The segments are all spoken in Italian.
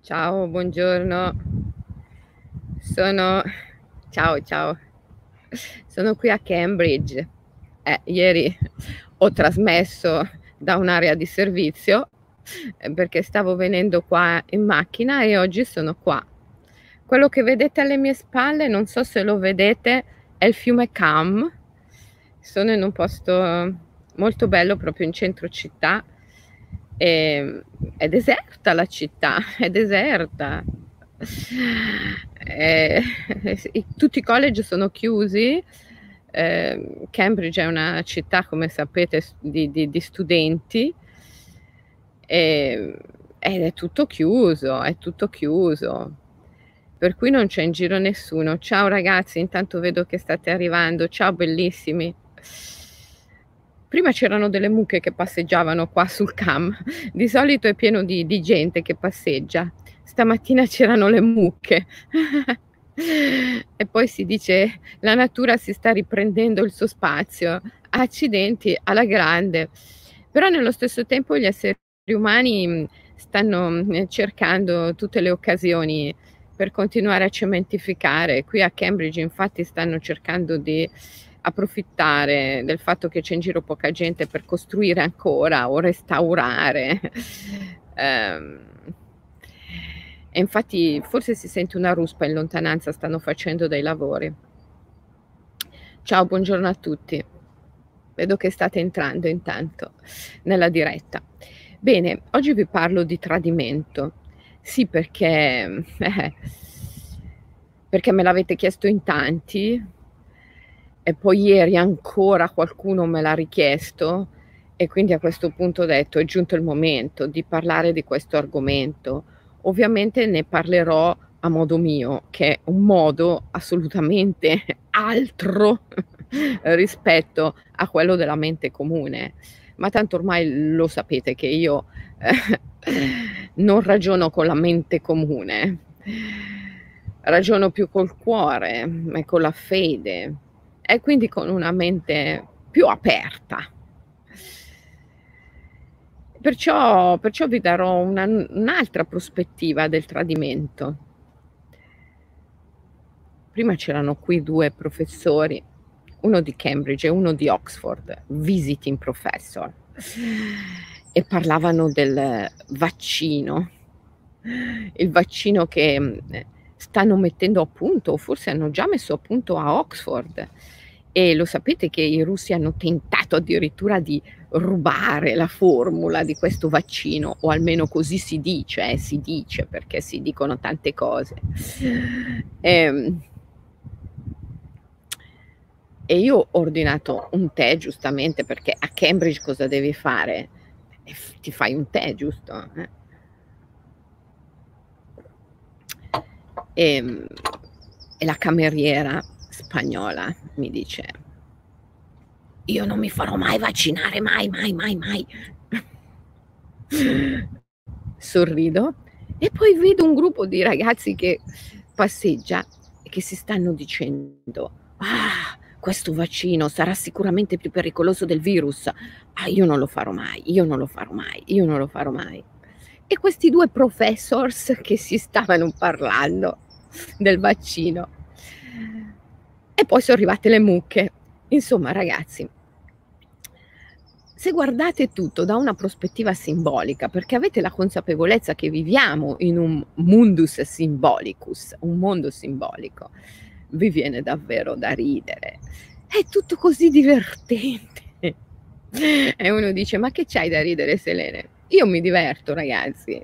Ciao, buongiorno. Sono ciao, ciao. Sono qui a Cambridge. Ieri ho trasmesso da un'area di servizio, perché stavo venendo qua in macchina e oggi sono qua. Quello che vedete alle mie spalle, non so se lo vedete, è il fiume Cam. Sono in un posto molto bello proprio in centro città. È deserta la città, è deserta. Ehm, tutti i college sono chiusi. Cambridge è una città, come sapete, di studenti, ehm, ed è tutto chiuso, è tutto chiuso. Per cui non c'è in giro nessuno. Ciao ragazzi, intanto vedo che state arrivando. Ciao bellissimi. Prima c'erano delle mucche che passeggiavano qua sul Cam. Di solito è pieno di gente che passeggia. Stamattina c'erano le mucche. E poi si dice: "La natura si sta riprendendo il suo spazio". Accidenti alla grande. Però nello stesso tempo gli esseri umani, stanno, cercando tutte le occasioni per continuare a cementificare. Qui a Cambridge infatti stanno cercando di approfittare del fatto che c'è in giro poca gente per costruire ancora o restaurare. Ehm, e infatti forse si sente una ruspa in lontananza, stanno facendo dei lavori. Ciao, buongiorno a tutti. Vedo che state entrando intanto nella diretta. Bene, oggi vi parlo di tradimento. Sì, perché me l'avete chiesto in tanti e poi ieri ancora qualcuno me l'ha richiesto e quindi a questo punto ho detto: "È giunto il momento di parlare di questo argomento". Ovviamente ne parlerò a modo mio, che è un modo assolutamente altro rispetto a quello della mente comune. Ma tanto ormai lo sapete che io non ragiono con la mente comune, ragiono più col cuore e con la fede e quindi con una mente più aperta. Perciò vi darò un'altra prospettiva del tradimento. Prima c'erano qui 2 professori, uno di Cambridge e uno di Oxford, visiting professor, e parlavano del vaccino. Il vaccino che, stanno mettendo a punto, o forse hanno già messo a punto a Oxford. E lo sapete che i russi hanno tentato addirittura di rubare la formula di questo vaccino, o almeno così si dice perché si dicono tante cose. Ehm e io ho ordinato un tè giustamente, perché a Cambridge cosa devi fare? Ti fai un tè, giusto? Ehm, e la cameriera spagnola mi dice: "Io non mi farò mai vaccinare, mai, mai, mai, mai". Sorrido e poi vedo un gruppo di ragazzi che passeggia e che si stanno dicendo: "Ah, questo vaccino sarà sicuramente più pericoloso del virus. Ah, io non lo farò mai, io non lo farò mai, io non lo farò mai". E questi 2 professors che si stavano parlando del vaccino. E poi so' arrivate le mucche. Insomma ragazzi, se guardate tutto da una prospettiva simbolica, perché avete la consapevolezza che viviamo in un mundus symbolicus, un mondo simbolico, vi viene davvero da ridere. È tutto così divertente. E uno dice: "Ma che c'hai da ridere Selene?" Io mi diverto ragazzi.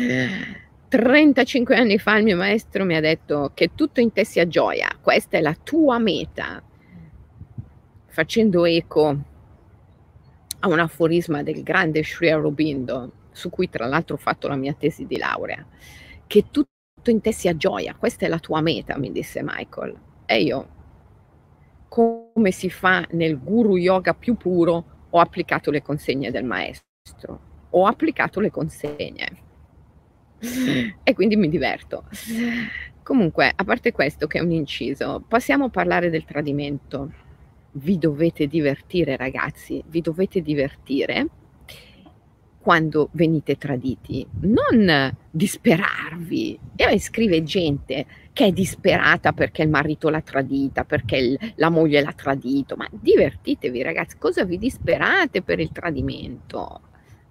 35 anni fa il mio maestro mi ha detto: "Che tutto in te sia gioia, questa è la tua meta", facendo eco a un aforisma del grande Sri Aurobindo, su cui tra l'altro ho fatto la mia tesi di laurea. "Che tutto in te sia gioia, questa è la tua meta", mi disse Michael. E io, come si fa nel guru yoga più puro, ho applicato le consegne del maestro. Ho applicato le consegne. E quindi mi diverto. Comunque, a parte questo che è un inciso, passiamo a parlare del tradimento. Vi dovete divertire ragazzi, vi dovete divertire quando venite traditi, non disperarvi. E scrive gente che è disperata perché il marito l'ha tradita, perché la moglie l'ha tradito, ma divertitevi ragazzi, cosa vi disperate per il tradimento?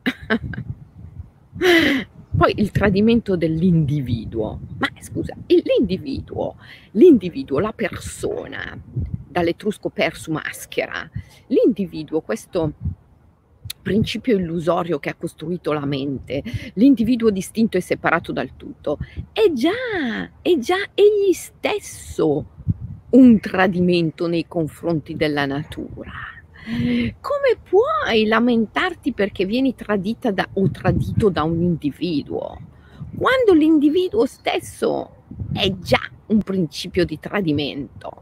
Poi il tradimento dell'individuo, ma scusa, l'individuo, la persona, dall'etrusco persum maschera, l'individuo, questo principio illusorio che ha costruito la mente, l'individuo distinto e separato dal tutto, è già egli stesso un tradimento nei confronti della natura. Come puoi lamentarti perché vieni tradita o tradito da un individuo, quando l'individuo stesso è già un principio di tradimento?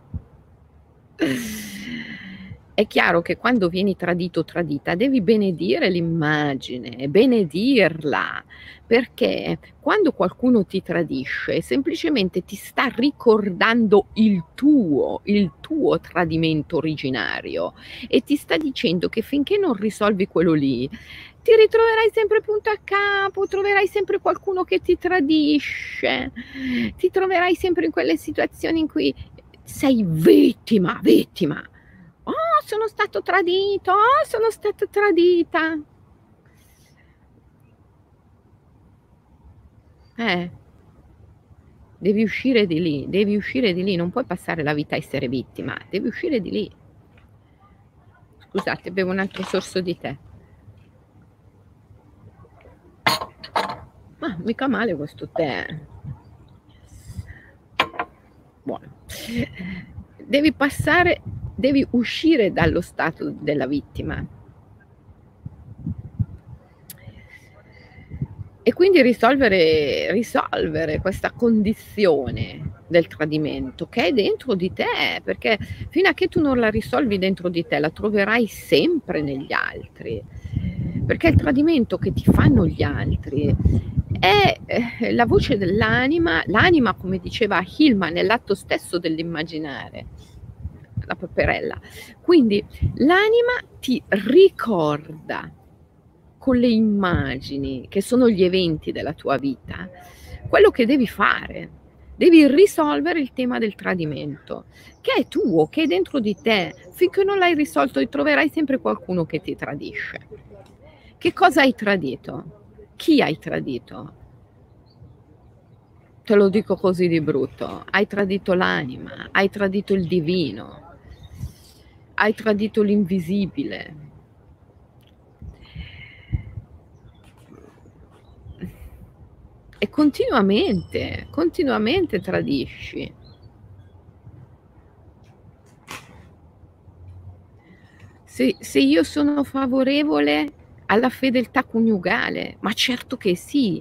È chiaro che quando vieni tradito o tradita devi benedire l'immagine, benedirla, perché quando qualcuno ti tradisce semplicemente ti sta ricordando il tuo tradimento originario e ti sta dicendo che finché non risolvi quello lì ti ritroverai sempre punto a capo, troverai sempre qualcuno che ti tradisce, ti troverai sempre in quelle situazioni in cui sei vittima. Oh, sono stato tradito, oh, sono stata tradita. Devi uscire di lì, non puoi passare la vita a essere vittima, devi uscire di lì. Scusate, bevo un altro sorso di tè. Ma mica male questo tè. Buono. Devi uscire dallo stato della vittima. E quindi risolvere questa condizione del tradimento che è dentro di te, perché fino a che tu non la risolvi dentro di te la troverai sempre negli altri, perché il tradimento che ti fanno gli altri è la voce dell'anima, l'anima, come diceva Hillman, nell'atto stesso dell'immaginare, la paperella. Quindi l'anima ti ricorda con le immagini, che sono gli eventi della tua vita, quello che devi fare. Devi risolvere il tema del tradimento, che è tuo, che è dentro di te. Finché non l'hai risolto, troverai sempre qualcuno che ti tradisce. Che cosa hai tradito? Chi hai tradito? Te lo dico così di brutto. Hai tradito l'anima, hai tradito il divino, hai tradito l'invisibile. E continuamente tradisci. Se io sono favorevole alla fedeltà coniugale, ma certo che sì,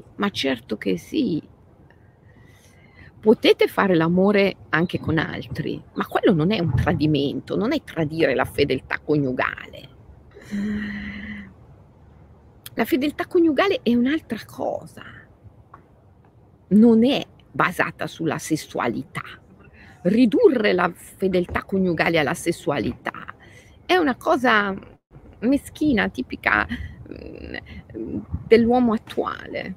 Potete fare l'amore anche con altri, ma quello non è un tradimento, non è tradire la fedeltà coniugale. La fedeltà coniugale è un'altra cosa. Non è basata sulla sessualità. Ridurre la fedeltà coniugale alla sessualità è una cosa meschina, tipica dell'uomo attuale.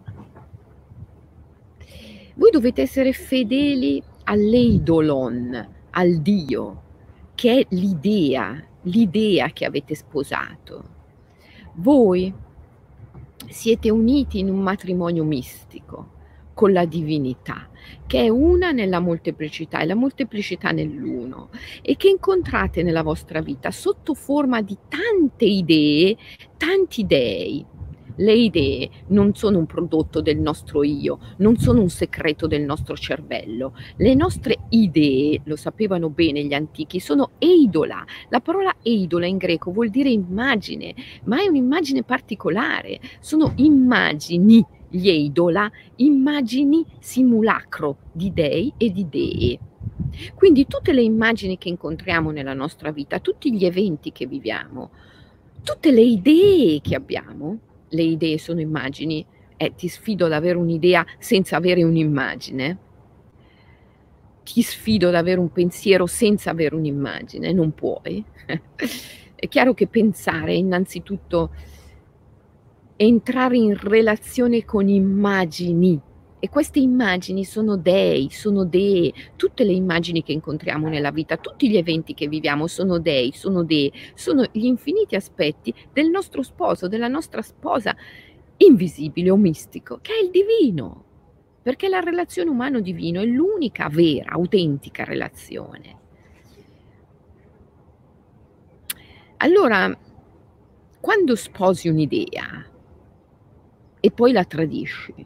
Voi dovete essere fedeli all'eidolon, al Dio, che è l'idea che avete sposato. Voi siete uniti in un matrimonio mistico con la divinità, che è una nella molteplicità e la molteplicità nell'uno, e che incontrate nella vostra vita sotto forma di tante idee, tanti dei. Le idee non sono un prodotto del nostro io, non sono un segreto del nostro cervello. Le nostre idee, lo sapevano bene gli antichi, sono eidola. La parola eidola in greco vuol dire immagine, ma è un'immagine particolare. Sono immagini, gli eidola, immagini simulacro di dei e di dee. Quindi tutte le immagini che incontriamo nella nostra vita, tutti gli eventi che viviamo, tutte le idee che abbiamo, le idee sono immagini, ti sfido ad avere un'idea senza avere un'immagine. Ti sfido ad avere un pensiero senza avere un'immagine, non puoi. È chiaro che pensare è innanzitutto entrare in relazione con immagini. E queste immagini sono dei, sono dee. Tutte le immagini che incontriamo nella vita, tutti gli eventi che viviamo sono dei, sono dee, sono gli infiniti aspetti del nostro sposo, della nostra sposa, invisibile o mistico, che è il divino. Perché la relazione umano-divino è l'unica vera, autentica relazione. Allora, quando sposi un'idea e poi la tradisci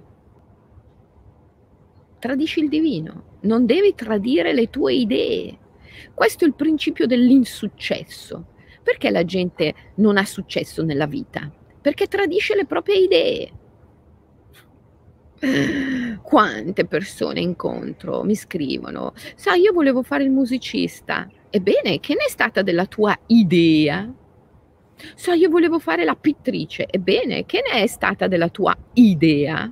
il divino, non devi tradire le tue idee. Questo è il principio dell'insuccesso. Perché la gente non ha successo nella vita? Perché tradisce le proprie idee. Quante persone incontro mi scrivono: "Sai, io volevo fare il musicista". Ebbene, che ne è stata della tua idea? "Sai, io volevo fare la pittrice". Ebbene, che ne è stata della tua idea?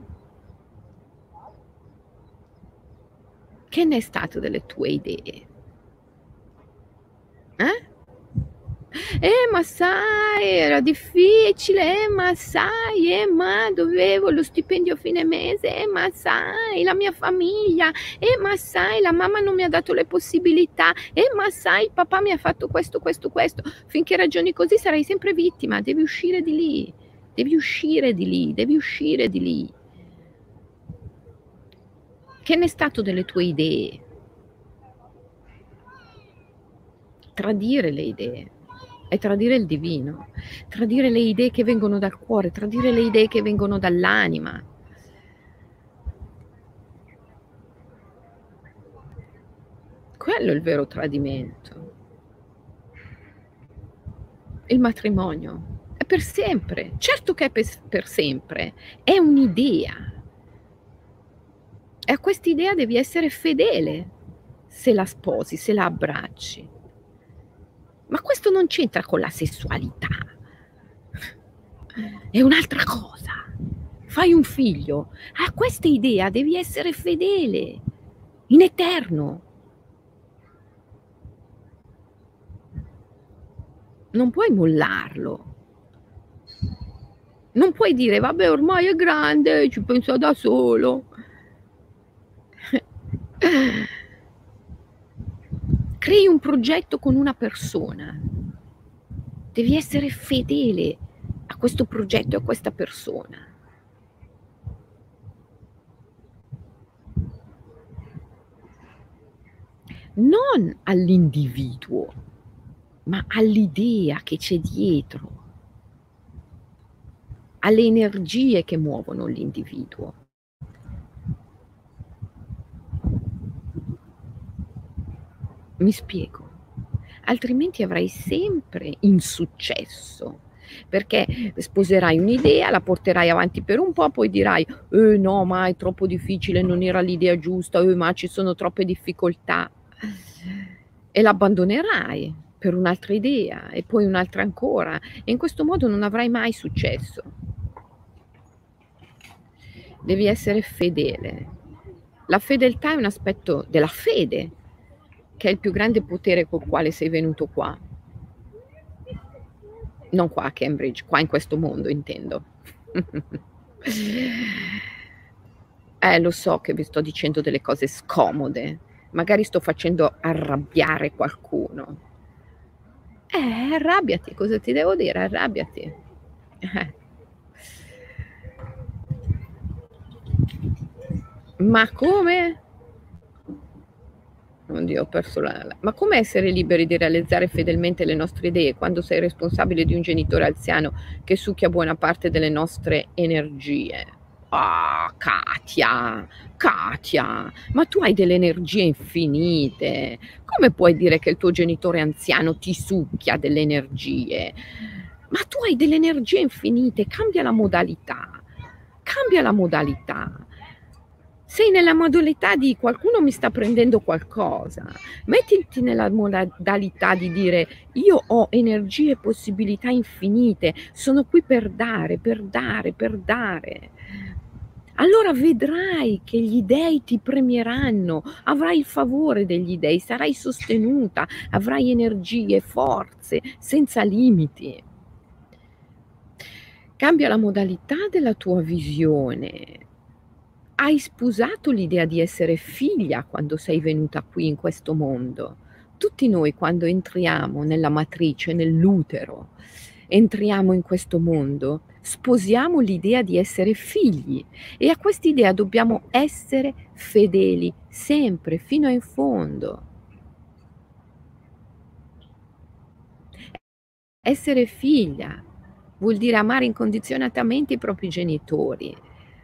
Che ne è stato delle tue idee? Eh? Ma sai, era difficile, ma sai, ma dovevo lo stipendio a fine mese, ma sai, la mia famiglia, ma sai, la mamma non mi ha dato le possibilità, ma sai, il papà mi ha fatto questo, questo, questo". Finché ragioni così sarai sempre vittima, devi uscire di lì, devi uscire di lì, devi uscire di lì. Che ne è stato delle tue idee? Tradire le idee è tradire il divino, tradire le idee che vengono dal cuore, tradire le idee che vengono dall'anima. Quello è il vero tradimento. Il matrimonio è per sempre, certo che è per sempre, è un'idea. E a quest'idea devi essere fedele se la sposi, se la abbracci. Ma questo non c'entra con la sessualità. È un'altra cosa. Fai un figlio, a questa idea devi essere fedele, in eterno. Non puoi mollarlo. Non puoi dire: "Vabbè, ormai è grande, ci pensa da solo". Crei un progetto con una persona. Devi essere fedele a questo progetto e a questa persona. Non all'individuo, ma all'idea che c'è dietro, alle energie che muovono l'individuo. Mi spiego? Altrimenti avrai sempre insuccesso, perché sposerai un'idea, la porterai avanti per un po', poi dirai: no, ma è troppo difficile, non era l'idea giusta, ma ci sono troppe difficoltà". E l'abbandonerai per un'altra idea e poi un'altra ancora, e in questo modo non avrai mai successo. Devi essere fedele. La fedeltà è un aspetto della fede, che è il più grande potere col quale sei venuto qua. Non qua a Cambridge, qua in questo mondo intendo. Lo so che vi sto dicendo delle cose scomode, magari sto facendo arrabbiare qualcuno. Arrabbiati, cosa ti devo dire? Arrabbiati. Ma come? Oddio, ho perso ma come essere liberi di realizzare fedelmente le nostre idee quando sei responsabile di un genitore anziano che succhia buona parte delle nostre energie? Ah, Katia, ma tu hai delle energie infinite. Come puoi dire che il tuo genitore anziano ti succhia delle energie? Ma tu hai delle energie infinite, cambia la modalità. Cambia la modalità. Sei nella modalità di: qualcuno mi sta prendendo qualcosa. Mettiti nella modalità di dire: io ho energie e possibilità infinite, sono qui per dare, per dare, per dare. Allora vedrai che gli dèi ti premieranno, avrai il favore degli dèi, sarai sostenuta, avrai energie, forze senza limiti. Cambia la modalità della tua visione. Hai sposato l'idea di essere figlia quando sei venuta qui in questo mondo. Tutti noi quando entriamo nella matrice, nell'utero, entriamo in questo mondo, sposiamo l'idea di essere figli e a quest'idea dobbiamo essere fedeli sempre, fino in fondo. Essere figlia vuol dire amare incondizionatamente i propri genitori.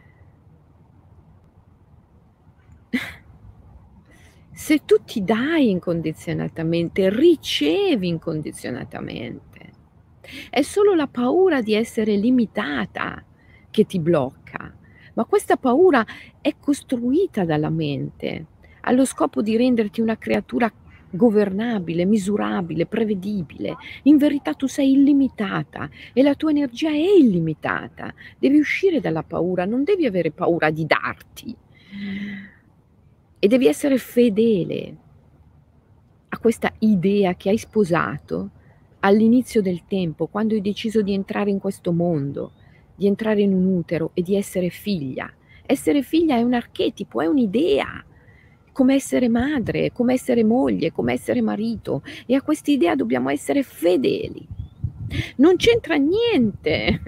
Se tu ti dai incondizionatamente, ricevi incondizionatamente. È solo la paura di essere limitata che ti blocca, ma questa paura è costruita dalla mente, allo scopo di renderti una creatura governabile, misurabile, prevedibile. In verità tu sei illimitata e la tua energia è illimitata. Devi uscire dalla paura, non devi avere paura di darti. E devi essere fedele a questa idea che hai sposato all'inizio del tempo, quando hai deciso di entrare in questo mondo, di entrare in un utero e di essere figlia. Essere figlia è un archetipo, è un'idea, come essere madre, come essere moglie, come essere marito, e a quest'idea dobbiamo essere fedeli. Non c'entra niente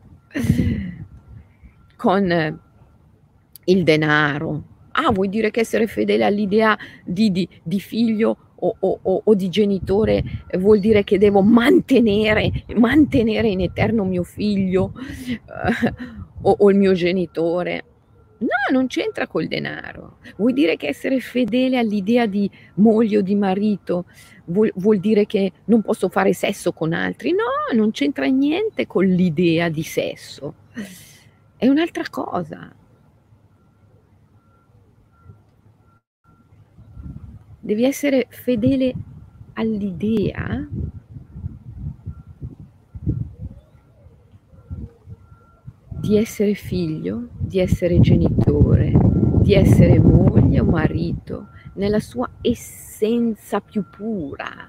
con il denaro. Vuoi dire che essere fedele all'idea di figlio o di genitore vuol dire che devo mantenere in eterno mio figlio, o il mio genitore? No, non c'entra col denaro. Vuol dire che essere fedele all'idea di moglie o di marito vuol dire che non posso fare sesso con altri? No, non c'entra niente con l'idea di sesso. È un'altra cosa. Devi essere fedele all'idea di essere figlio, di essere genitore, di essere moglie o marito, nella sua essenza più pura.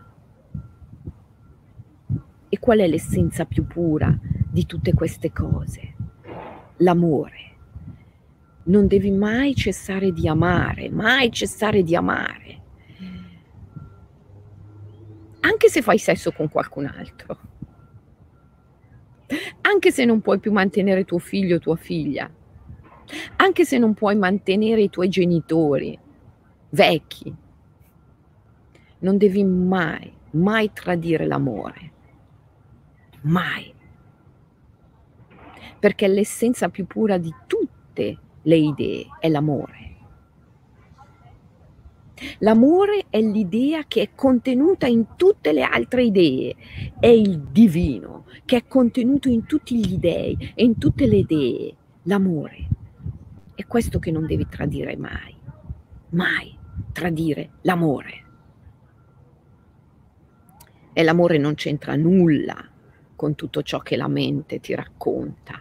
E qual è l'essenza più pura di tutte queste cose? L'amore. Non devi mai cessare di amare, mai cessare di amare. Anche se fai sesso con qualcun altro. Anche se non puoi più mantenere tuo figlio o tua figlia. Anche se non puoi mantenere i tuoi genitori vecchi. Non devi mai, mai tradire l'amore. Mai. Perché l'essenza più pura di tutte le idee è l'amore. L'amore è l'idea che è contenuta in tutte le altre idee, è il divino che è contenuto in tutti gli dei e in tutte le idee, l'amore. È questo che non devi tradire mai, mai tradire l'amore. E l'amore non c'entra nulla con tutto ciò che la mente ti racconta.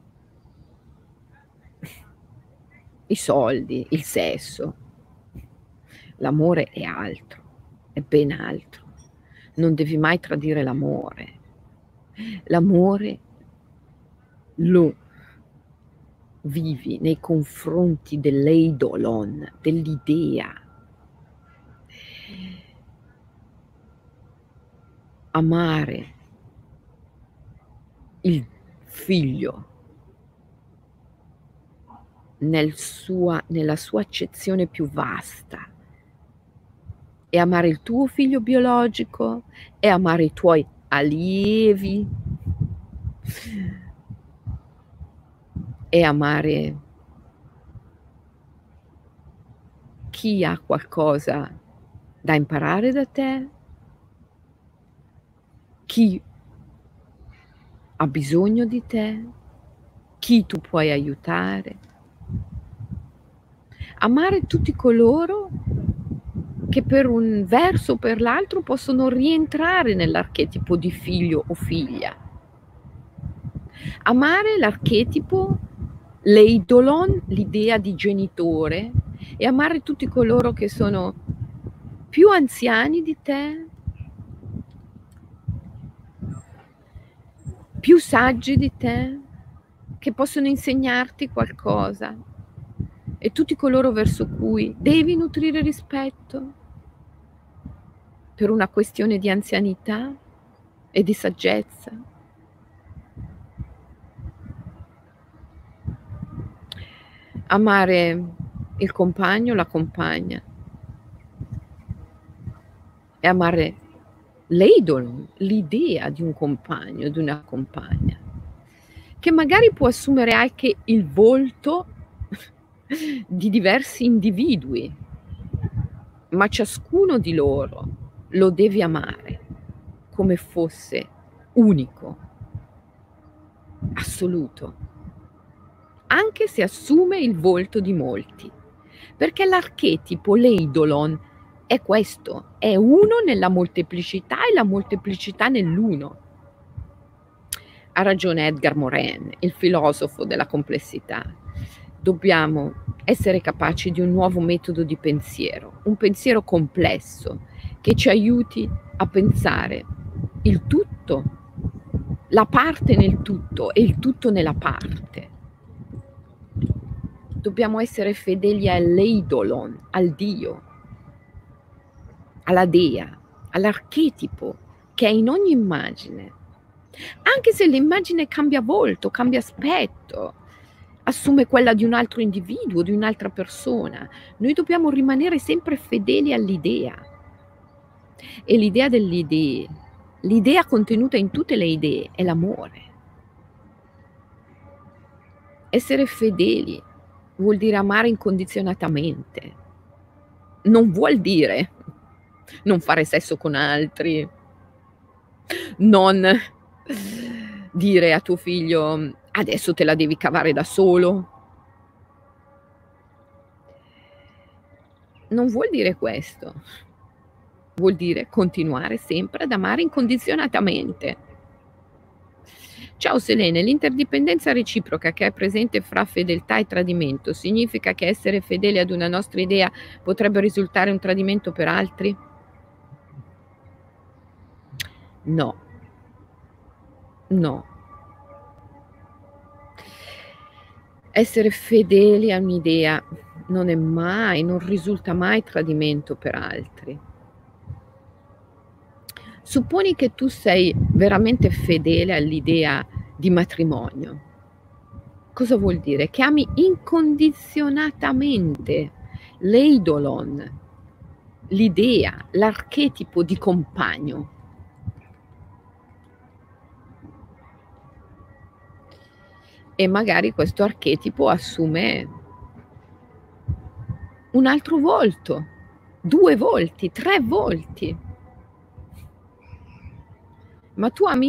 I soldi, il sesso. L'amore è altro, è ben altro. Non devi mai tradire l'amore. L'amore lo vivi nei confronti dell'eidolon, dell'idea. Amare il figlio nella sua accezione più vasta. E amare il tuo figlio biologico, e amare i tuoi allievi, e amare chi ha qualcosa da imparare da te, chi ha bisogno di te, chi tu puoi aiutare. Amare tutti coloro che per un verso o per l'altro possono rientrare nell'archetipo di figlio o figlia. Amare l'archetipo, l'eidolon, l'idea di genitore, e amare tutti coloro che sono più anziani di te, più saggi di te, che possono insegnarti qualcosa e tutti coloro verso cui devi nutrire rispetto per una questione di anzianità e di saggezza. Amare il compagno, la compagna e amare l'idolo, l'idea di un compagno, di una compagna, che magari può assumere anche il volto di diversi individui, ma ciascuno di loro lo devi amare come fosse unico, assoluto, anche se assume il volto di molti, perché l'archetipo, l'eidolon, è questo, è uno nella molteplicità e la molteplicità nell'uno. Ha ragione Edgar Morin, il filosofo della complessità. Dobbiamo essere capaci di un nuovo metodo di pensiero, un pensiero complesso che ci aiuti a pensare il tutto, la parte nel tutto e il tutto nella parte. Dobbiamo essere fedeli all'eidolon, al Dio, alla dea, all'archetipo che è in ogni immagine, anche se l'immagine cambia volto, cambia aspetto, assume quella di un altro individuo, di un'altra persona. Noi dobbiamo rimanere sempre fedeli all'idea. E l'idea delle idee, l'idea contenuta in tutte le idee è l'amore. Essere fedeli vuol dire amare incondizionatamente. Non vuol dire non fare sesso con altri, non dire a tuo figlio adesso te la devi cavare da solo. Non vuol dire questo. Vuol dire continuare sempre ad amare incondizionatamente. Ciao Selene, l'interdipendenza reciproca che è presente fra fedeltà e tradimento significa che essere fedeli ad una nostra idea potrebbe risultare un tradimento per altri? No. No. Essere fedeli a un'idea non risulta mai tradimento per altri. Supponi che tu sei veramente fedele all'idea di matrimonio. Cosa vuol dire? Che ami incondizionatamente l'eidolon, l'idea, l'archetipo di compagno. E magari questo archetipo assume un altro volto, 2 volti, 3 volti. Ma tu ami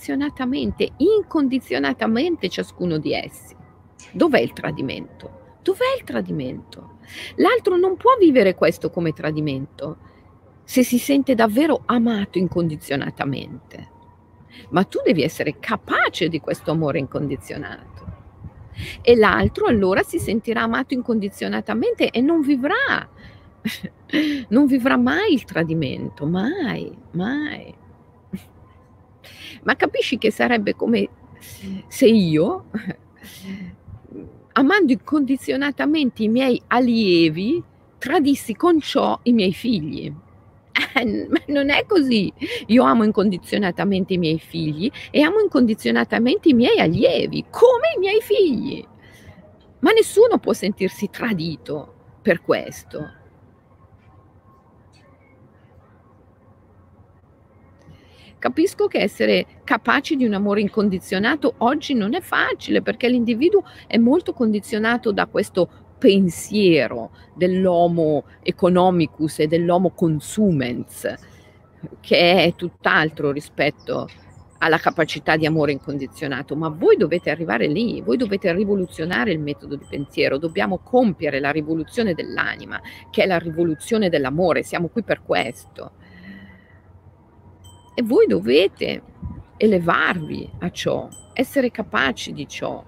incondizionatamente ciascuno di essi. Dov'è il tradimento? Dov'è il tradimento? L'altro non può vivere questo come tradimento se si sente davvero amato incondizionatamente. Ma tu devi essere capace di questo amore incondizionato. E l'altro allora si sentirà amato incondizionatamente e non vivrà mai il tradimento, mai, mai. Ma capisci che sarebbe come se io, amando incondizionatamente i miei allievi, tradissi con ciò i miei figli. Ma non è così. Io amo incondizionatamente i miei figli e amo incondizionatamente i miei allievi, come i miei figli. Ma nessuno può sentirsi tradito per questo. Capisco che essere capaci di un amore incondizionato oggi non è facile, perché l'individuo è molto condizionato da questo pensiero dell'homo economicus e dell'homo consumens, che è tutt'altro rispetto alla capacità di amore incondizionato. Ma voi dovete arrivare lì, voi dovete rivoluzionare il metodo di pensiero, dobbiamo compiere la rivoluzione dell'anima, che è la rivoluzione dell'amore, siamo qui per questo. E voi dovete elevarvi a ciò, essere capaci di ciò.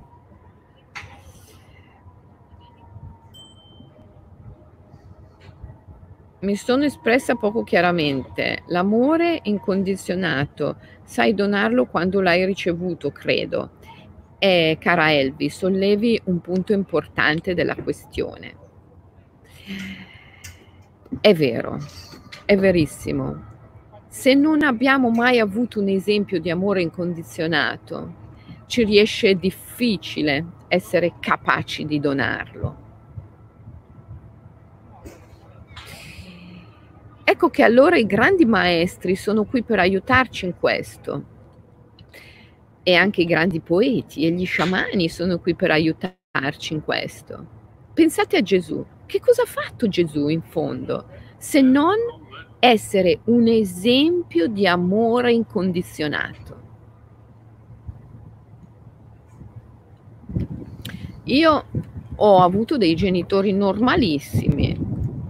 Mi sono espressa poco chiaramente. L'amore incondizionato, sai donarlo quando l'hai ricevuto, credo. Cara Elvi, sollevi un punto importante della questione. È vero, è verissimo. Se non abbiamo mai avuto un esempio di amore incondizionato, ci riesce difficile essere capaci di donarlo. Ecco che allora i grandi maestri sono qui per aiutarci in questo. E anche i grandi poeti e gli sciamani sono qui per aiutarci in questo. Pensate a Gesù. Che cosa ha fatto Gesù in fondo? Se non essere un esempio di amore incondizionato. Io ho avuto dei genitori normalissimi,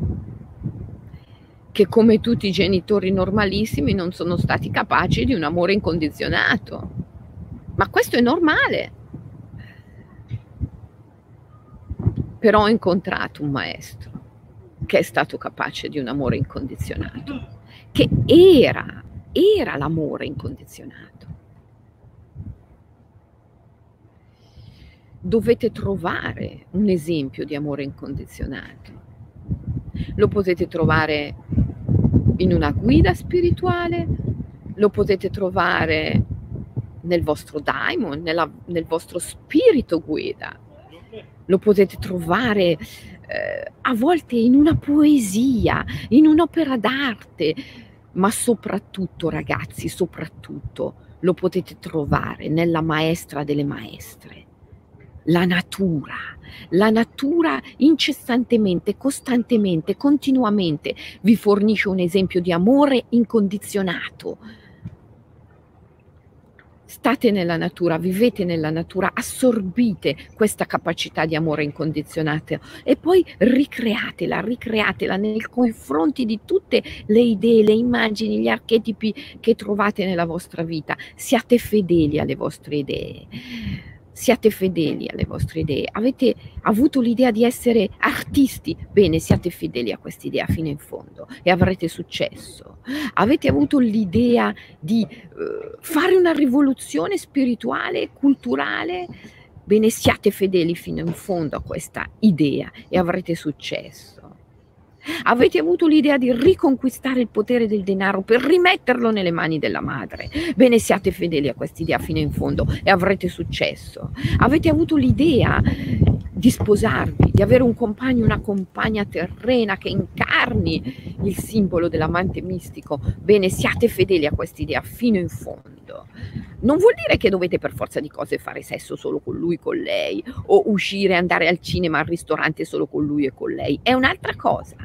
che come tutti i genitori normalissimi non sono stati capaci di un amore incondizionato. Ma questo è normale. Però ho incontrato un maestro che è stato capace di un amore incondizionato, che era l'amore incondizionato. Dovete trovare un esempio di amore incondizionato. Lo potete trovare in una guida spirituale, lo potete trovare nel vostro daimon, nel vostro spirito guida, lo potete trovare a volte in una poesia, in un'opera d'arte, ma soprattutto, ragazzi, soprattutto lo potete trovare nella maestra delle maestre. La natura incessantemente, costantemente, continuamente vi fornisce un esempio di amore incondizionato. State nella natura, vivete nella natura, assorbite questa capacità di amore incondizionato e poi ricreatela nei confronti di tutte le idee, le immagini, gli archetipi che trovate nella vostra vita. Siate fedeli alle vostre idee. Siate fedeli alle vostre idee. Avete avuto l'idea di essere artisti? Bene, siate fedeli a quest'idea fino in fondo e avrete successo. Avete avuto l'idea di fare una rivoluzione spirituale, culturale? Bene, siate fedeli fino in fondo a questa idea e avrete successo. Avete avuto l'idea di riconquistare il potere del denaro per rimetterlo nelle mani della madre? Bene, siate fedeli a quest'idea fino in fondo e avrete successo. Avete avuto l'idea di sposarvi, di avere un compagno, una compagna terrena che incarni il simbolo dell'amante mistico? Bene, siate fedeli a quest'idea fino in fondo. Non vuol dire che dovete per forza di cose fare sesso solo con lui, con lei, o uscire, andare al cinema, al ristorante solo con lui e con lei. È un'altra cosa.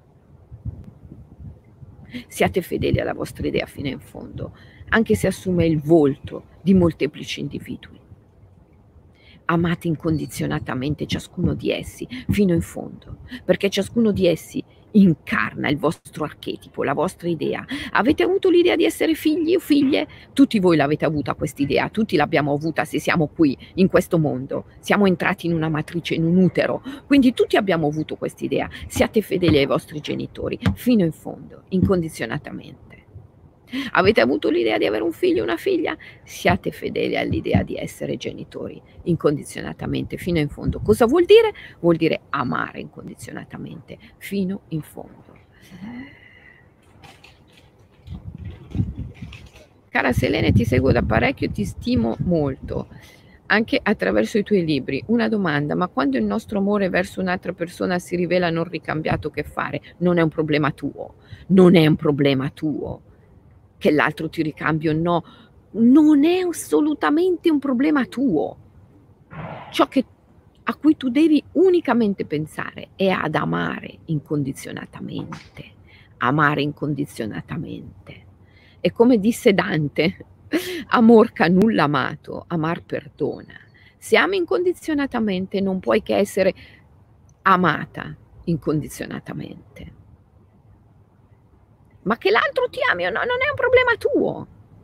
Siate fedeli alla vostra idea fino in fondo, anche se assume il volto di molteplici individui. Amate incondizionatamente ciascuno di essi fino in fondo, perché ciascuno di essi incarna il vostro archetipo, la vostra idea. Avete avuto l'idea di essere figli o figlie? Tutti voi l'avete avuta quest'idea, tutti l'abbiamo avuta se siamo qui, in questo mondo. Siamo entrati in una matrice, in un utero, quindi tutti abbiamo avuto quest'idea. Siate fedeli ai vostri genitori, fino in fondo, incondizionatamente. Avete avuto l'idea di avere un figlio o una figlia? Siate fedeli all'idea di essere genitori incondizionatamente fino in fondo. Cosa vuol dire? Vuol dire amare incondizionatamente fino in fondo. Cara Selene, ti seguo da parecchio, ti stimo molto, anche attraverso i tuoi libri. Una domanda, ma quando il nostro amore verso un'altra persona si rivela non ricambiato, che fare? Non è un problema tuo, non è un problema tuo. Che l'altro ti ricambi o no, non è assolutamente un problema tuo. Ciò a cui tu devi unicamente pensare è ad amare incondizionatamente. Amare incondizionatamente. E come disse Dante, amor che nulla amato, amar perdona. Se ami incondizionatamente non puoi che essere amata incondizionatamente. Ma che l'altro ti ami o no, non è un problema tuo.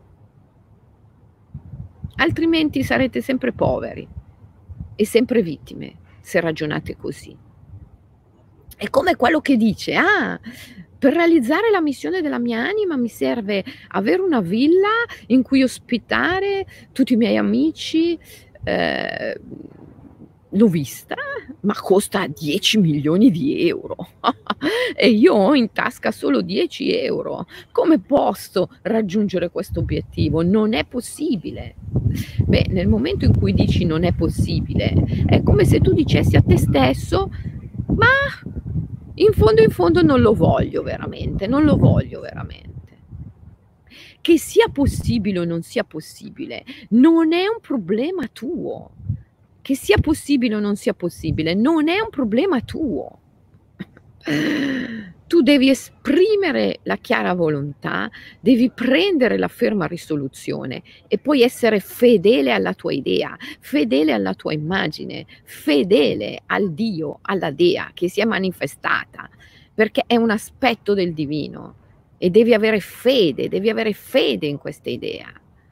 Altrimenti sarete sempre poveri e sempre vittime, se ragionate così. È come quello che dice, per realizzare la missione della mia anima mi serve avere una villa in cui ospitare tutti i miei amici, Ehm, l'ho vista, ma costa 10.000.000 € e io ho in tasca solo 10 €. Come posso raggiungere questo obiettivo? Non è possibile. Beh, nel momento in cui dici: "Non è possibile", è come se tu dicessi a te stesso: "Ma in fondo non lo voglio veramente, non lo voglio veramente". Che sia possibile o non sia possibile, non è un problema tuo. Che sia possibile o non sia possibile, non è un problema tuo. Tu devi esprimere la chiara volontà, devi prendere la ferma risoluzione e poi essere fedele alla tua idea, fedele alla tua immagine, fedele al Dio, alla Dea che si è manifestata, perché è un aspetto del divino e devi avere fede in questa idea.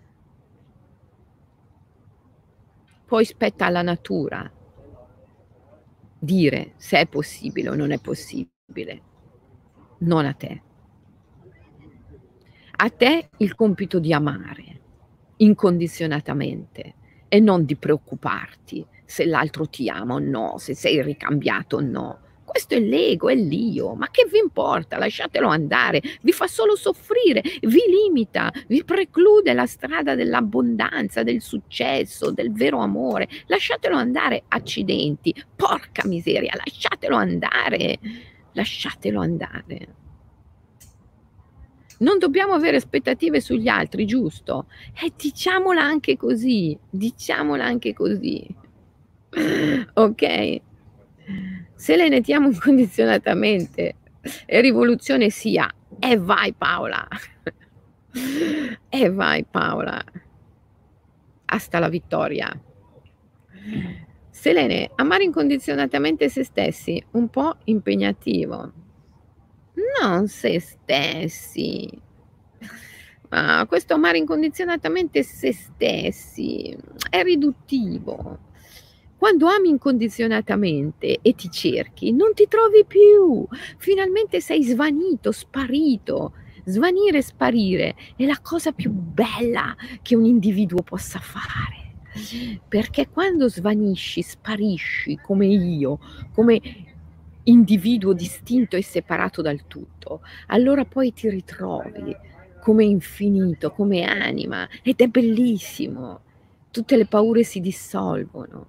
Poi spetta alla natura dire se è possibile o non è possibile, non a te. A te il compito di amare incondizionatamente e non di preoccuparti se l'altro ti ama o no, se sei ricambiato o no. Questo è l'ego, è l'io, ma che vi importa? Lasciatelo andare, vi fa solo soffrire, vi limita, vi preclude la strada dell'abbondanza, del successo, del vero amore. Lasciatelo andare, accidenti, porca miseria, lasciatelo andare, lasciatelo andare. Non dobbiamo avere aspettative sugli altri, giusto? Diciamola anche così, diciamola anche così. Okay? Selene ti amo incondizionatamente e rivoluzione sia. E vai Paola. E vai Paola. Hasta la vittoria. Selene, amare incondizionatamente se stessi, un po' impegnativo. Non se stessi. Ma questo amare incondizionatamente se stessi è riduttivo. Quando ami incondizionatamente e ti cerchi, non ti trovi più. Finalmente sei svanito, sparito. Svanire e sparire è la cosa più bella che un individuo possa fare. Perché quando svanisci, sparisci come io, come individuo distinto e separato dal tutto, allora poi ti ritrovi come infinito, come anima ed è bellissimo. Tutte le paure si dissolvono.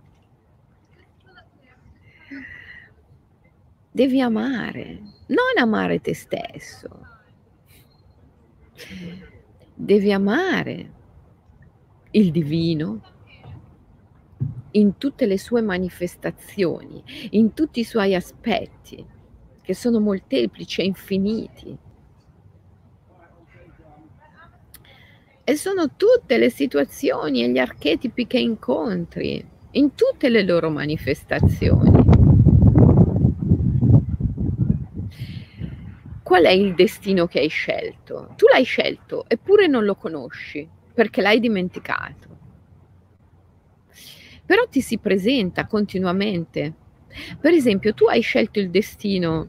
Devi amare, non amare te stesso. Devi amare il divino in tutte le sue manifestazioni, in tutti i suoi aspetti, che sono molteplici e infiniti. E sono tutte le situazioni e gli archetipi che incontri, in tutte le loro manifestazioni. Qual è il destino che hai scelto? Tu l'hai scelto, eppure non lo conosci, perché l'hai dimenticato. Però ti si presenta continuamente. Per esempio, tu hai scelto il destino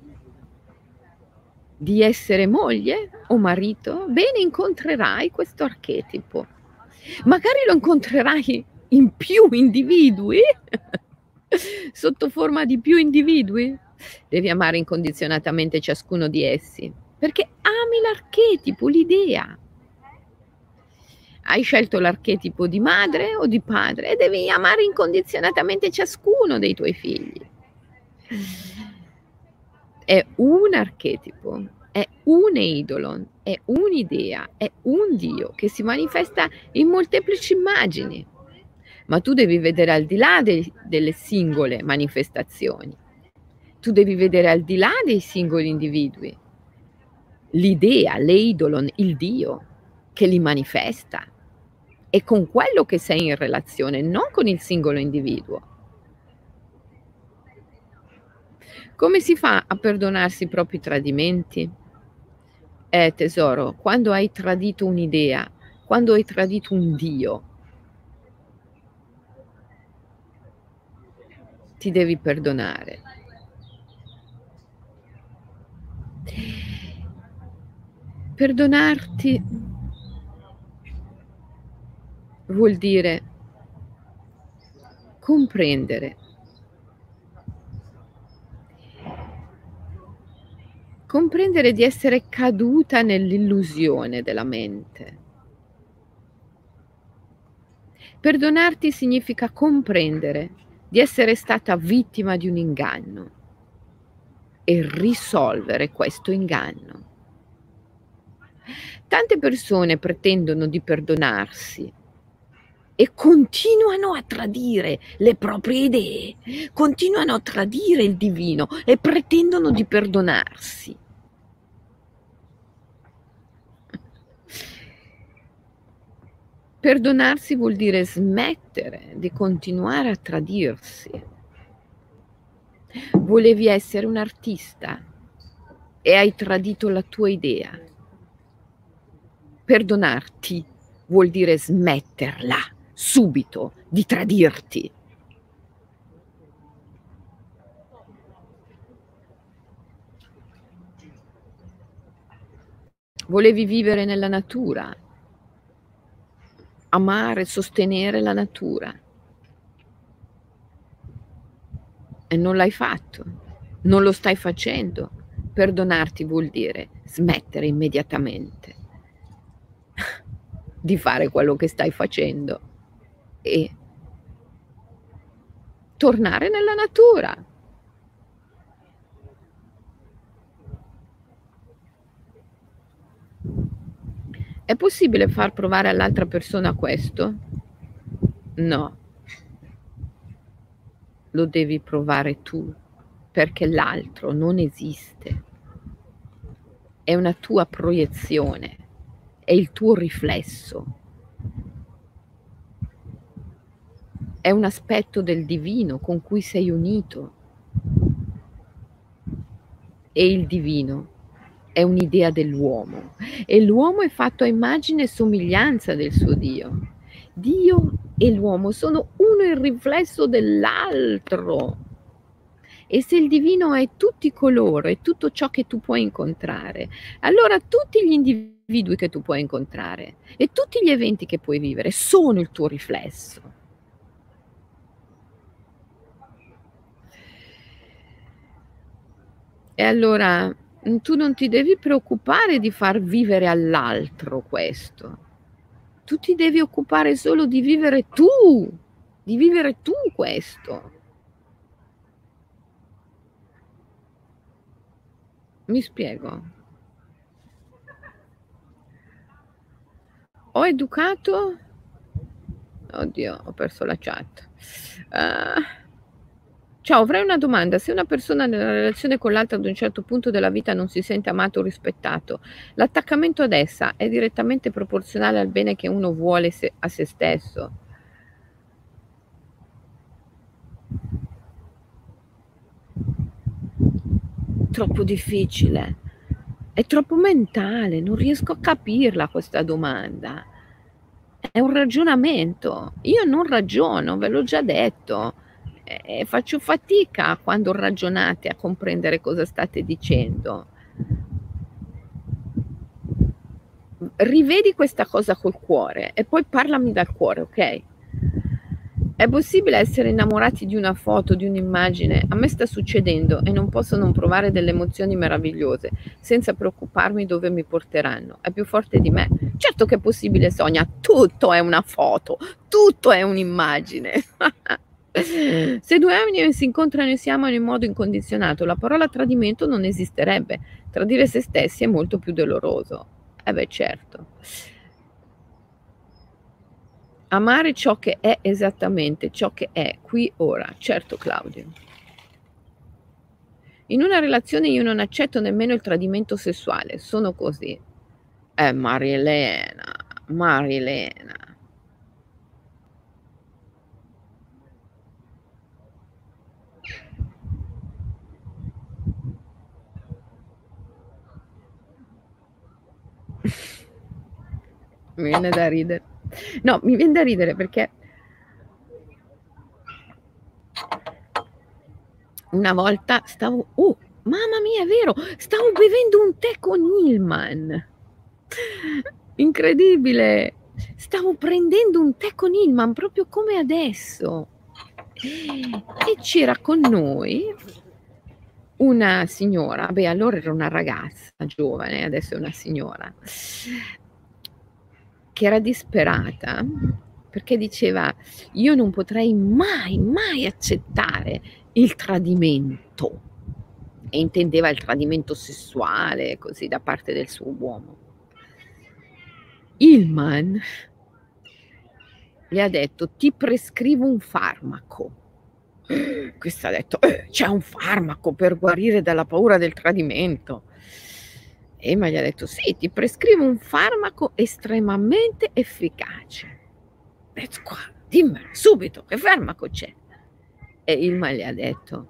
di essere moglie o marito? Bene, incontrerai questo archetipo. Magari lo incontrerai in più individui, sotto forma di più individui. Devi amare incondizionatamente ciascuno di essi, perché ami l'archetipo, l'idea. Hai scelto l'archetipo di madre o di padre e devi amare incondizionatamente ciascuno dei tuoi figli. È un archetipo, è un eidolon, è un'idea, è un Dio che si manifesta in molteplici immagini, ma tu devi vedere al di là delle singole manifestazioni. Tu devi vedere al di là dei singoli individui, l'idea, l'eidolon, il Dio che li manifesta. È con quello che sei in relazione, non con il singolo individuo. Come si fa a perdonarsi i propri tradimenti? Tesoro, quando hai tradito un'idea, quando hai tradito un Dio, ti devi perdonare. Perdonarti vuol dire comprendere. Comprendere di essere caduta nell'illusione della mente. Perdonarti significa comprendere di essere stata vittima di un inganno e risolvere questo inganno. Tante persone pretendono di perdonarsi e continuano a tradire le proprie idee, continuano a tradire il divino e pretendono di perdonarsi. Perdonarsi vuol dire smettere di continuare a tradirsi. Volevi essere un artista e hai tradito la tua idea. Perdonarti vuol dire smetterla subito di tradirti. Volevi vivere nella natura, amare, sostenere la natura e non l'hai fatto, non lo stai facendo. Perdonarti vuol dire smettere immediatamente di fare quello che stai facendo e tornare nella natura. È possibile far provare all'altra persona questo? No. Lo devi provare tu, perché l'altro non esiste. È una tua proiezione, è il tuo riflesso. È un aspetto del divino con cui sei unito. E il divino è un'idea dell'uomo e l'uomo è fatto a immagine e somiglianza del suo Dio. Dio e l'uomo sono uno il riflesso dell'altro. E se il divino è tutti coloro e tutto ciò che tu puoi incontrare, allora tutti gli individui che tu puoi incontrare e tutti gli eventi che puoi vivere sono il tuo riflesso. E allora tu non ti devi preoccupare di far vivere all'altro questo. Tu ti devi occupare solo di vivere tu questo. Mi spiego? Ho educato oddio, ho perso la chat. Ciao, avrei una domanda. Se una persona nella relazione con l'altra ad un certo punto della vita non si sente amato o rispettato, l'attaccamento ad essa è direttamente proporzionale al bene che uno vuole a se stesso? Troppo difficile. È troppo mentale, non riesco a capirla questa domanda. È un ragionamento. Io non ragiono, ve l'ho già detto. Faccio fatica quando ragionate a comprendere cosa state dicendo. Rivedi questa cosa col cuore e poi parlami dal cuore, ok? È possibile essere innamorati di una foto, di un'immagine? A me sta succedendo e non posso non provare delle emozioni meravigliose senza preoccuparmi dove mi porteranno. È più forte di me. Certo che è possibile, Sonia. Tutto è una foto, tutto è un'immagine. Se due uomini si incontrano e si amano in modo incondizionato, la parola tradimento non esisterebbe. Tradire se stessi è molto più doloroso. Beh, certo. Amare ciò che è esattamente, ciò che è, qui ora. Certo, Claudio. In una relazione io non accetto nemmeno il tradimento sessuale, sono così. Marielena. Mi viene da ridere. No, mi viene da ridere perché una volta stavo mamma mia, è vero, stavo bevendo un tè con Hillman. Incredibile. Stavo prendendo un tè con Hillman proprio come adesso. E c'era con noi una signora, beh allora era una ragazza giovane, adesso è una signora, che era disperata perché diceva: io non potrei mai, mai accettare il tradimento, e intendeva il tradimento sessuale, così, da parte del suo uomo. Il man le ha detto: ti prescrivo un farmaco. Questa ha detto: c'è un farmaco per guarire dalla paura del tradimento. Emma gli ha detto: sì, ti prescrivo un farmaco estremamente efficace. Ha detto: qua, dimmelo subito, che farmaco c'è? E Ilma le ha detto: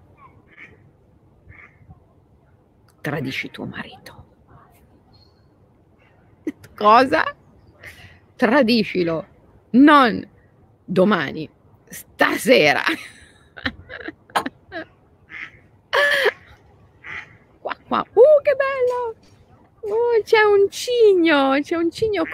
tradisci tuo marito. Cosa? Tradiscilo, non domani, stasera. Qua, che bello! C'è un cigno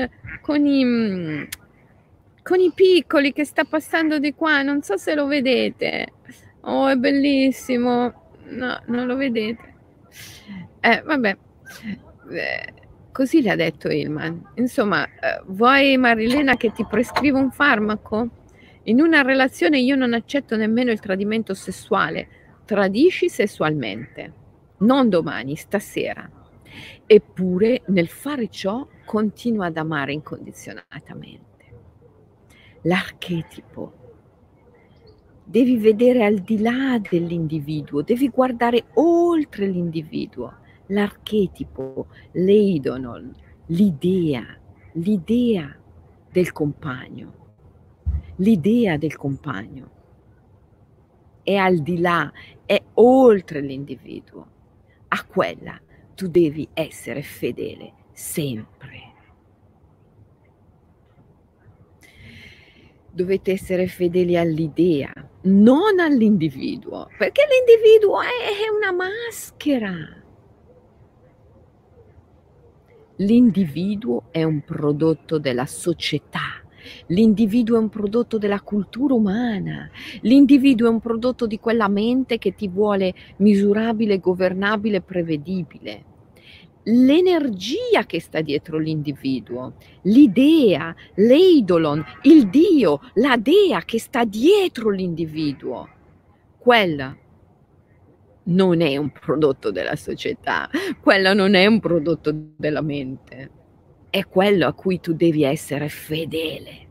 con i piccoli che sta passando di qua, non so se lo vedete. Oh, è bellissimo. No, non lo vedete. Vabbè. Così le ha detto Ilman. Insomma, vuoi Marilena che ti prescrivo un farmaco? In una relazione io non accetto nemmeno il tradimento sessuale. Tradisci sessualmente. Non domani, stasera. Eppure nel fare ciò continua ad amare incondizionatamente. L'archetipo. Devi vedere al di là dell'individuo, devi guardare oltre l'individuo. L'archetipo, l'eidonon, l'idea del compagno. L'idea del compagno è al di là, è oltre l'individuo. A quella tu devi essere fedele sempre. Dovete essere fedeli all'idea, non all'individuo, perché l'individuo è una maschera. L'individuo è un prodotto della società, l'individuo è un prodotto della cultura umana, l'individuo è un prodotto di quella mente che ti vuole misurabile, governabile, prevedibile. L'energia che sta dietro l'individuo, l'idea, l'eidolon, il Dio, la dea che sta dietro l'individuo, quella non è un prodotto della società, quella non è un prodotto della mente, è quello a cui tu devi essere fedele.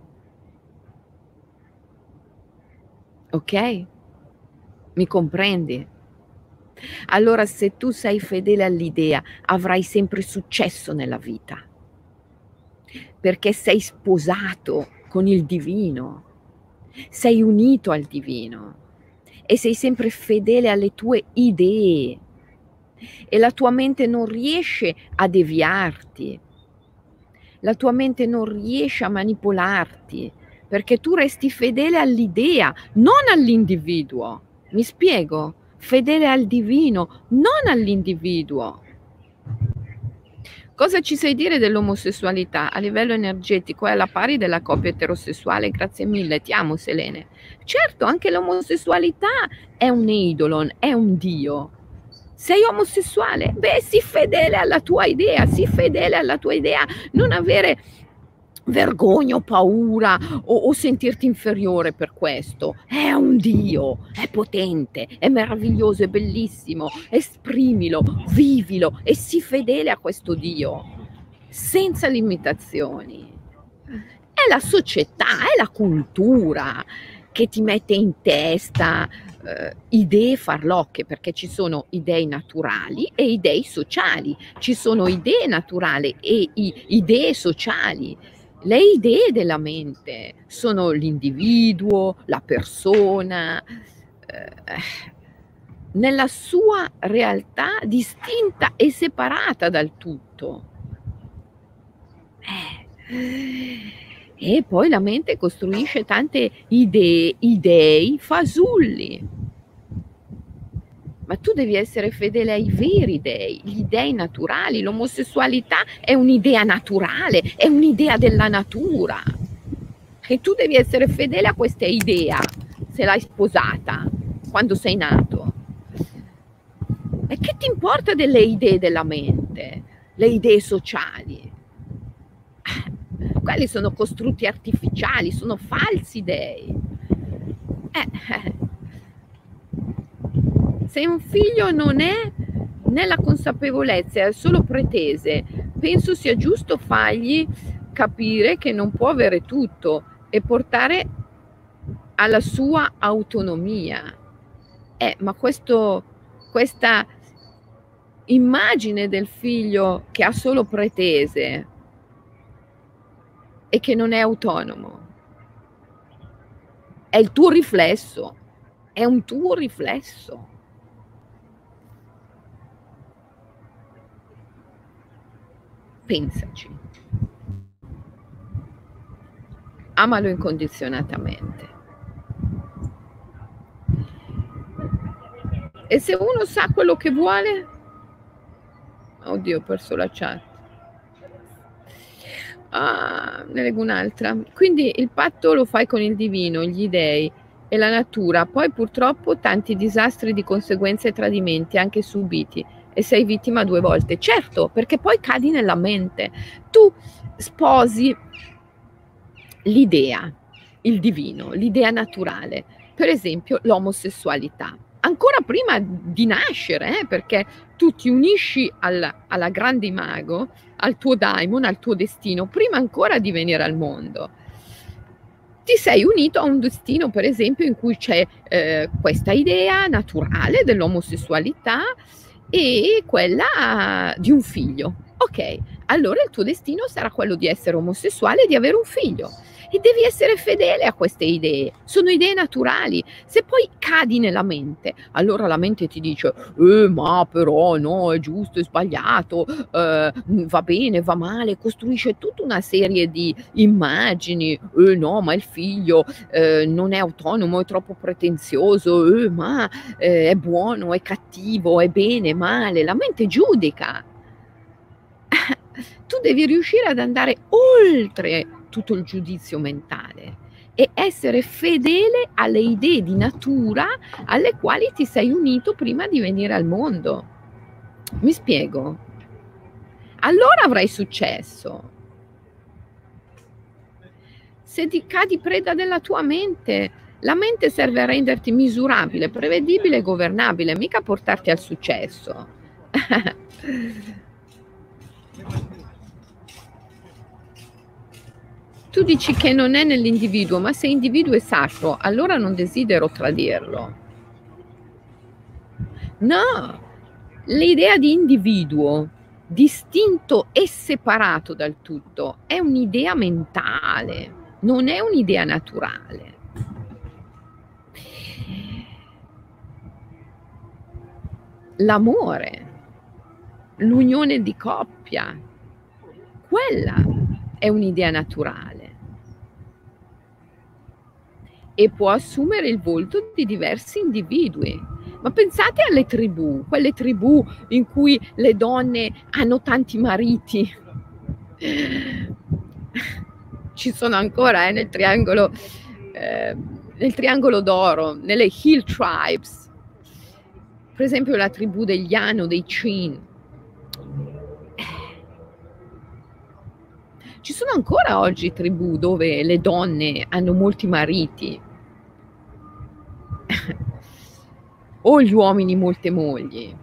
Ok? Mi comprendi? Allora se tu sei fedele all'idea, avrai sempre successo nella vita, perché sei sposato con il divino, sei unito al divino e sei sempre fedele alle tue idee e la tua mente non riesce a deviarti, la tua mente non riesce a manipolarti, perché tu resti fedele all'idea, non all'individuo. Mi spiego? Fedele al divino, non all'individuo. Cosa ci sai dire dell'omosessualità? A livello energetico è alla pari della coppia eterosessuale? Grazie mille, ti amo Selene. Certo, anche l'omosessualità è un eidolon, è un dio. Sei omosessuale? Beh, sii fedele alla tua idea, sii fedele alla tua idea, non avere vergogna o paura o sentirti inferiore per questo. È un dio, è potente, è meraviglioso, è bellissimo. Esprimilo, vivilo e sii fedele a questo dio, senza limitazioni. È la società, è la cultura che ti mette in testa idee farlocche, perché ci sono idee naturali e idee sociali, ci sono idee naturali e idee sociali. Le idee della mente sono l'individuo, la persona, nella sua realtà distinta e separata dal tutto. E poi la mente costruisce tante idee, dei fasulli. Ma tu devi essere fedele ai veri dei, gli dei naturali. L'omosessualità è un'idea naturale, è un'idea della natura. E tu devi essere fedele a questa idea, se l'hai sposata quando sei nato. E che ti importa delle idee della mente, le idee sociali? Quelli sono costrutti artificiali, sono falsi dei. Se un figlio non è nella consapevolezza, è solo pretese, penso sia giusto fargli capire che non può avere tutto e portare alla sua autonomia. Ma questa immagine del figlio che ha solo pretese e che non è autonomo è il tuo riflesso, è un tuo riflesso. Pensaci. Amalo incondizionatamente. E se uno sa quello che vuole, oddio, ho perso la chat. Ne leggo un'altra. Quindi il patto lo fai con il divino, gli dei e la natura, poi purtroppo tanti disastri di conseguenze e tradimenti anche subiti e sei vittima 2 volte. Certo, perché poi cadi nella mente. Tu sposi l'idea, il divino, l'idea naturale, per esempio l'omosessualità, ancora prima di nascere, perché tu ti unisci alla grande imago, al tuo daimon, al tuo destino, prima ancora di venire al mondo. Ti sei unito a un destino, per esempio, in cui c'è questa idea naturale dell'omosessualità e quella di un figlio. Ok, allora il tuo destino sarà quello di essere omosessuale e di avere un figlio. E devi essere fedele a queste idee, sono idee naturali. Se poi cadi nella mente, allora la mente ti dice ma però no, è giusto, è sbagliato, va bene, va male, costruisce tutta una serie di immagini, no, ma il figlio non è autonomo, è troppo pretenzioso, ma è buono, è cattivo, è bene, male, la mente giudica. Tu devi riuscire ad andare oltre tutto il giudizio mentale e essere fedele alle idee di natura alle quali ti sei unito prima di venire al mondo. Mi spiego? Allora avrai successo. Se ti cadi preda della tua mente, la mente serve a renderti misurabile, prevedibile e governabile, mica a portarti al successo. Tu dici che non è nell'individuo, ma se individuo è sacro, allora non desidero tradirlo. No, l'idea di individuo distinto e separato dal tutto è un'idea mentale, non è un'idea naturale. L'amore, l'unione di coppia, quella è un'idea naturale e può assumere il volto di diversi individui. Ma pensate alle tribù, quelle tribù in cui le donne hanno tanti mariti. Ci sono ancora nel triangolo d'oro, nelle Hill Tribes. Per esempio la tribù degli Anu, dei Chin. Ci sono ancora oggi tribù dove le donne hanno molti mariti o gli uomini molte mogli,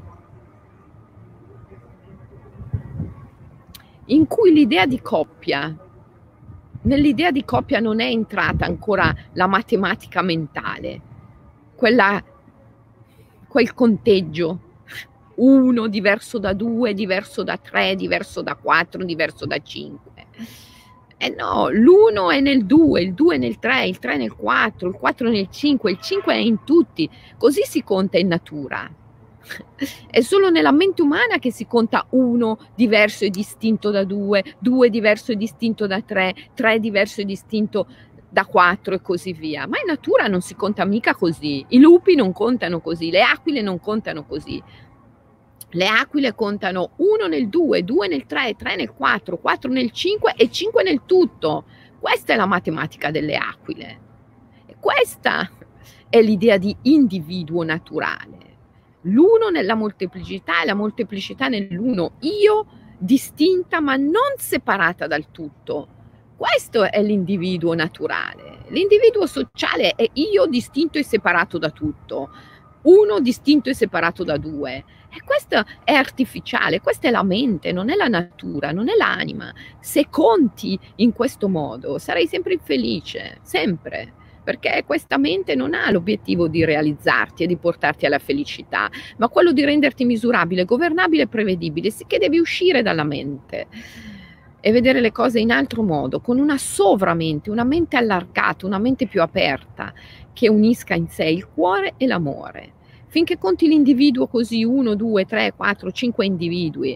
in cui l'idea di coppia, nell'idea di coppia non è entrata ancora la matematica mentale, quel conteggio, 1 diverso da 2, diverso da 3, diverso da 4, diverso da 5. No, l'1 è nel 2, il 2 è nel 3, il 3 nel 4, il 4 nel 5, il 5 è in tutti, così si conta in natura. È solo nella mente umana che si conta 1 diverso e distinto da 2, 2 diverso e distinto da 3, 3 diverso e distinto da 4 e così via. Ma in natura non si conta mica così, i lupi non contano così, le aquile non contano così. Le aquile contano 1 nel 2, 2 nel 3, 3 nel 4, 4 nel 5 e 5 nel tutto. Questa è la matematica delle aquile. E questa è l'idea di individuo naturale. L'uno nella molteplicità e la molteplicità nell'uno, io distinta ma non separata dal tutto. Questo è l'individuo naturale. L'individuo sociale è io distinto e separato da tutto, uno distinto e separato da due. E questo è artificiale, questa è la mente, non è la natura, non è l'anima. Se conti in questo modo sarai sempre infelice, sempre, perché questa mente non ha l'obiettivo di realizzarti e di portarti alla felicità, ma quello di renderti misurabile, governabile e prevedibile, sì che devi uscire dalla mente e vedere le cose in altro modo, con una sovramente, una mente allargata, una mente più aperta, che unisca in sé il cuore e l'amore. Finché conti l'individuo così, 1, 2, 3, 4, 5 individui.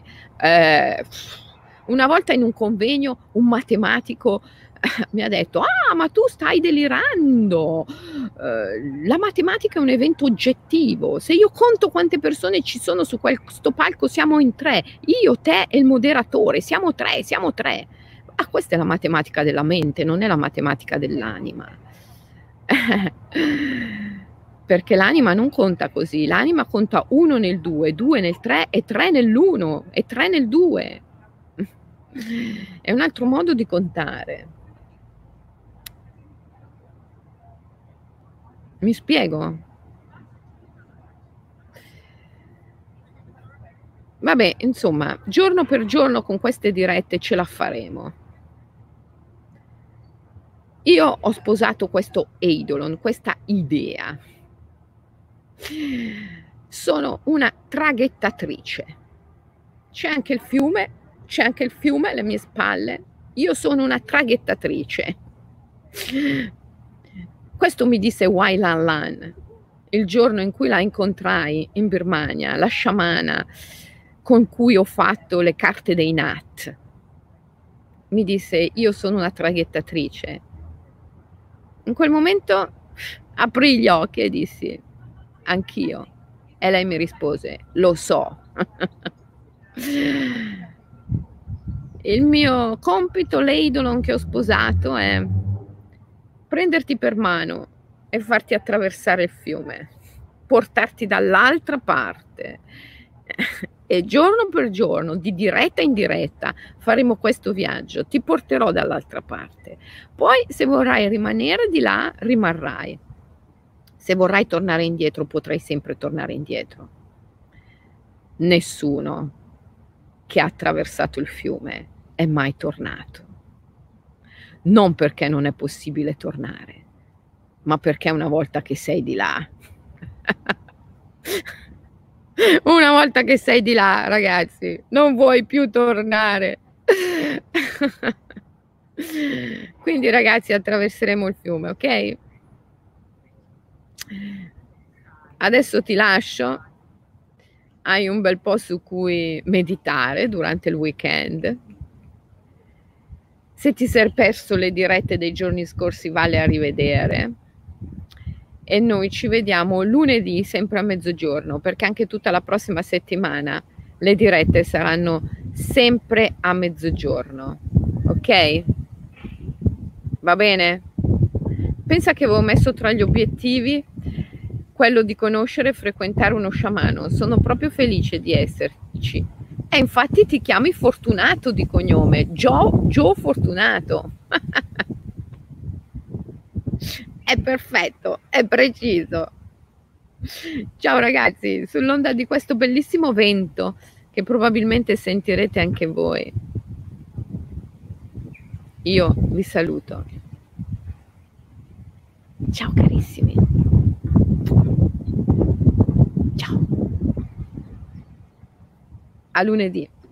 Una volta in un convegno un matematico mi ha detto: "Ah, ma tu stai delirando, la matematica è un evento oggettivo, se io conto quante persone ci sono su questo palco siamo in 3, io, te e il moderatore, siamo 3, siamo 3". Ah, questa è la matematica della mente, non è la matematica dell'anima. Perché l'anima non conta così, l'anima conta 1 nel 2, 2 nel 3 e 3 nell'1 e 3 nel 2. È un altro modo di contare. Mi spiego? Vabbè, insomma, giorno per giorno con queste dirette ce la faremo. Io ho sposato questo eidolon, questa idea. Sono una traghettatrice. C'è anche il fiume alle mie spalle. Io sono una traghettatrice. Questo mi disse Wai Lan Lan il giorno in cui la incontrai in Birmania, la sciamana con cui ho fatto le carte dei Nat. Mi disse: "Io sono una traghettatrice". In quel momento aprii gli occhi e dissi: "Anch'io". E lei mi rispose: "Lo so". Il mio compito, l'eidolon che ho sposato, è prenderti per mano e farti attraversare il fiume, portarti dall'altra parte. E giorno per giorno, di diretta in diretta, faremo questo viaggio. Ti porterò dall'altra parte. Poi, se vorrai rimanere di là, rimarrai. Se vorrai tornare indietro, potrai sempre tornare indietro. Nessuno che ha attraversato il fiume è mai tornato. Non perché non è possibile tornare, ma perché una volta che sei di là, una volta che sei di là, ragazzi, non vuoi più tornare. Quindi, ragazzi, attraverseremo il fiume, ok? Adesso ti lascio. Hai un bel po' su cui meditare durante il weekend. Se ti sei perso le dirette dei giorni scorsi, valle a rivedere. E noi ci vediamo lunedì, sempre a mezzogiorno, perché anche tutta la prossima settimana le dirette saranno sempre a mezzogiorno. Ok? Va bene? Pensa che avevo messo tra gli obiettivi quello di conoscere e frequentare uno sciamano. Sono proprio felice di esserci. E infatti ti chiami Fortunato di cognome, Gio Fortunato. È perfetto, è preciso. Ciao ragazzi, sull'onda di questo bellissimo vento che probabilmente sentirete anche voi. Io vi saluto. Ciao carissimi. Ciao. A lunedì.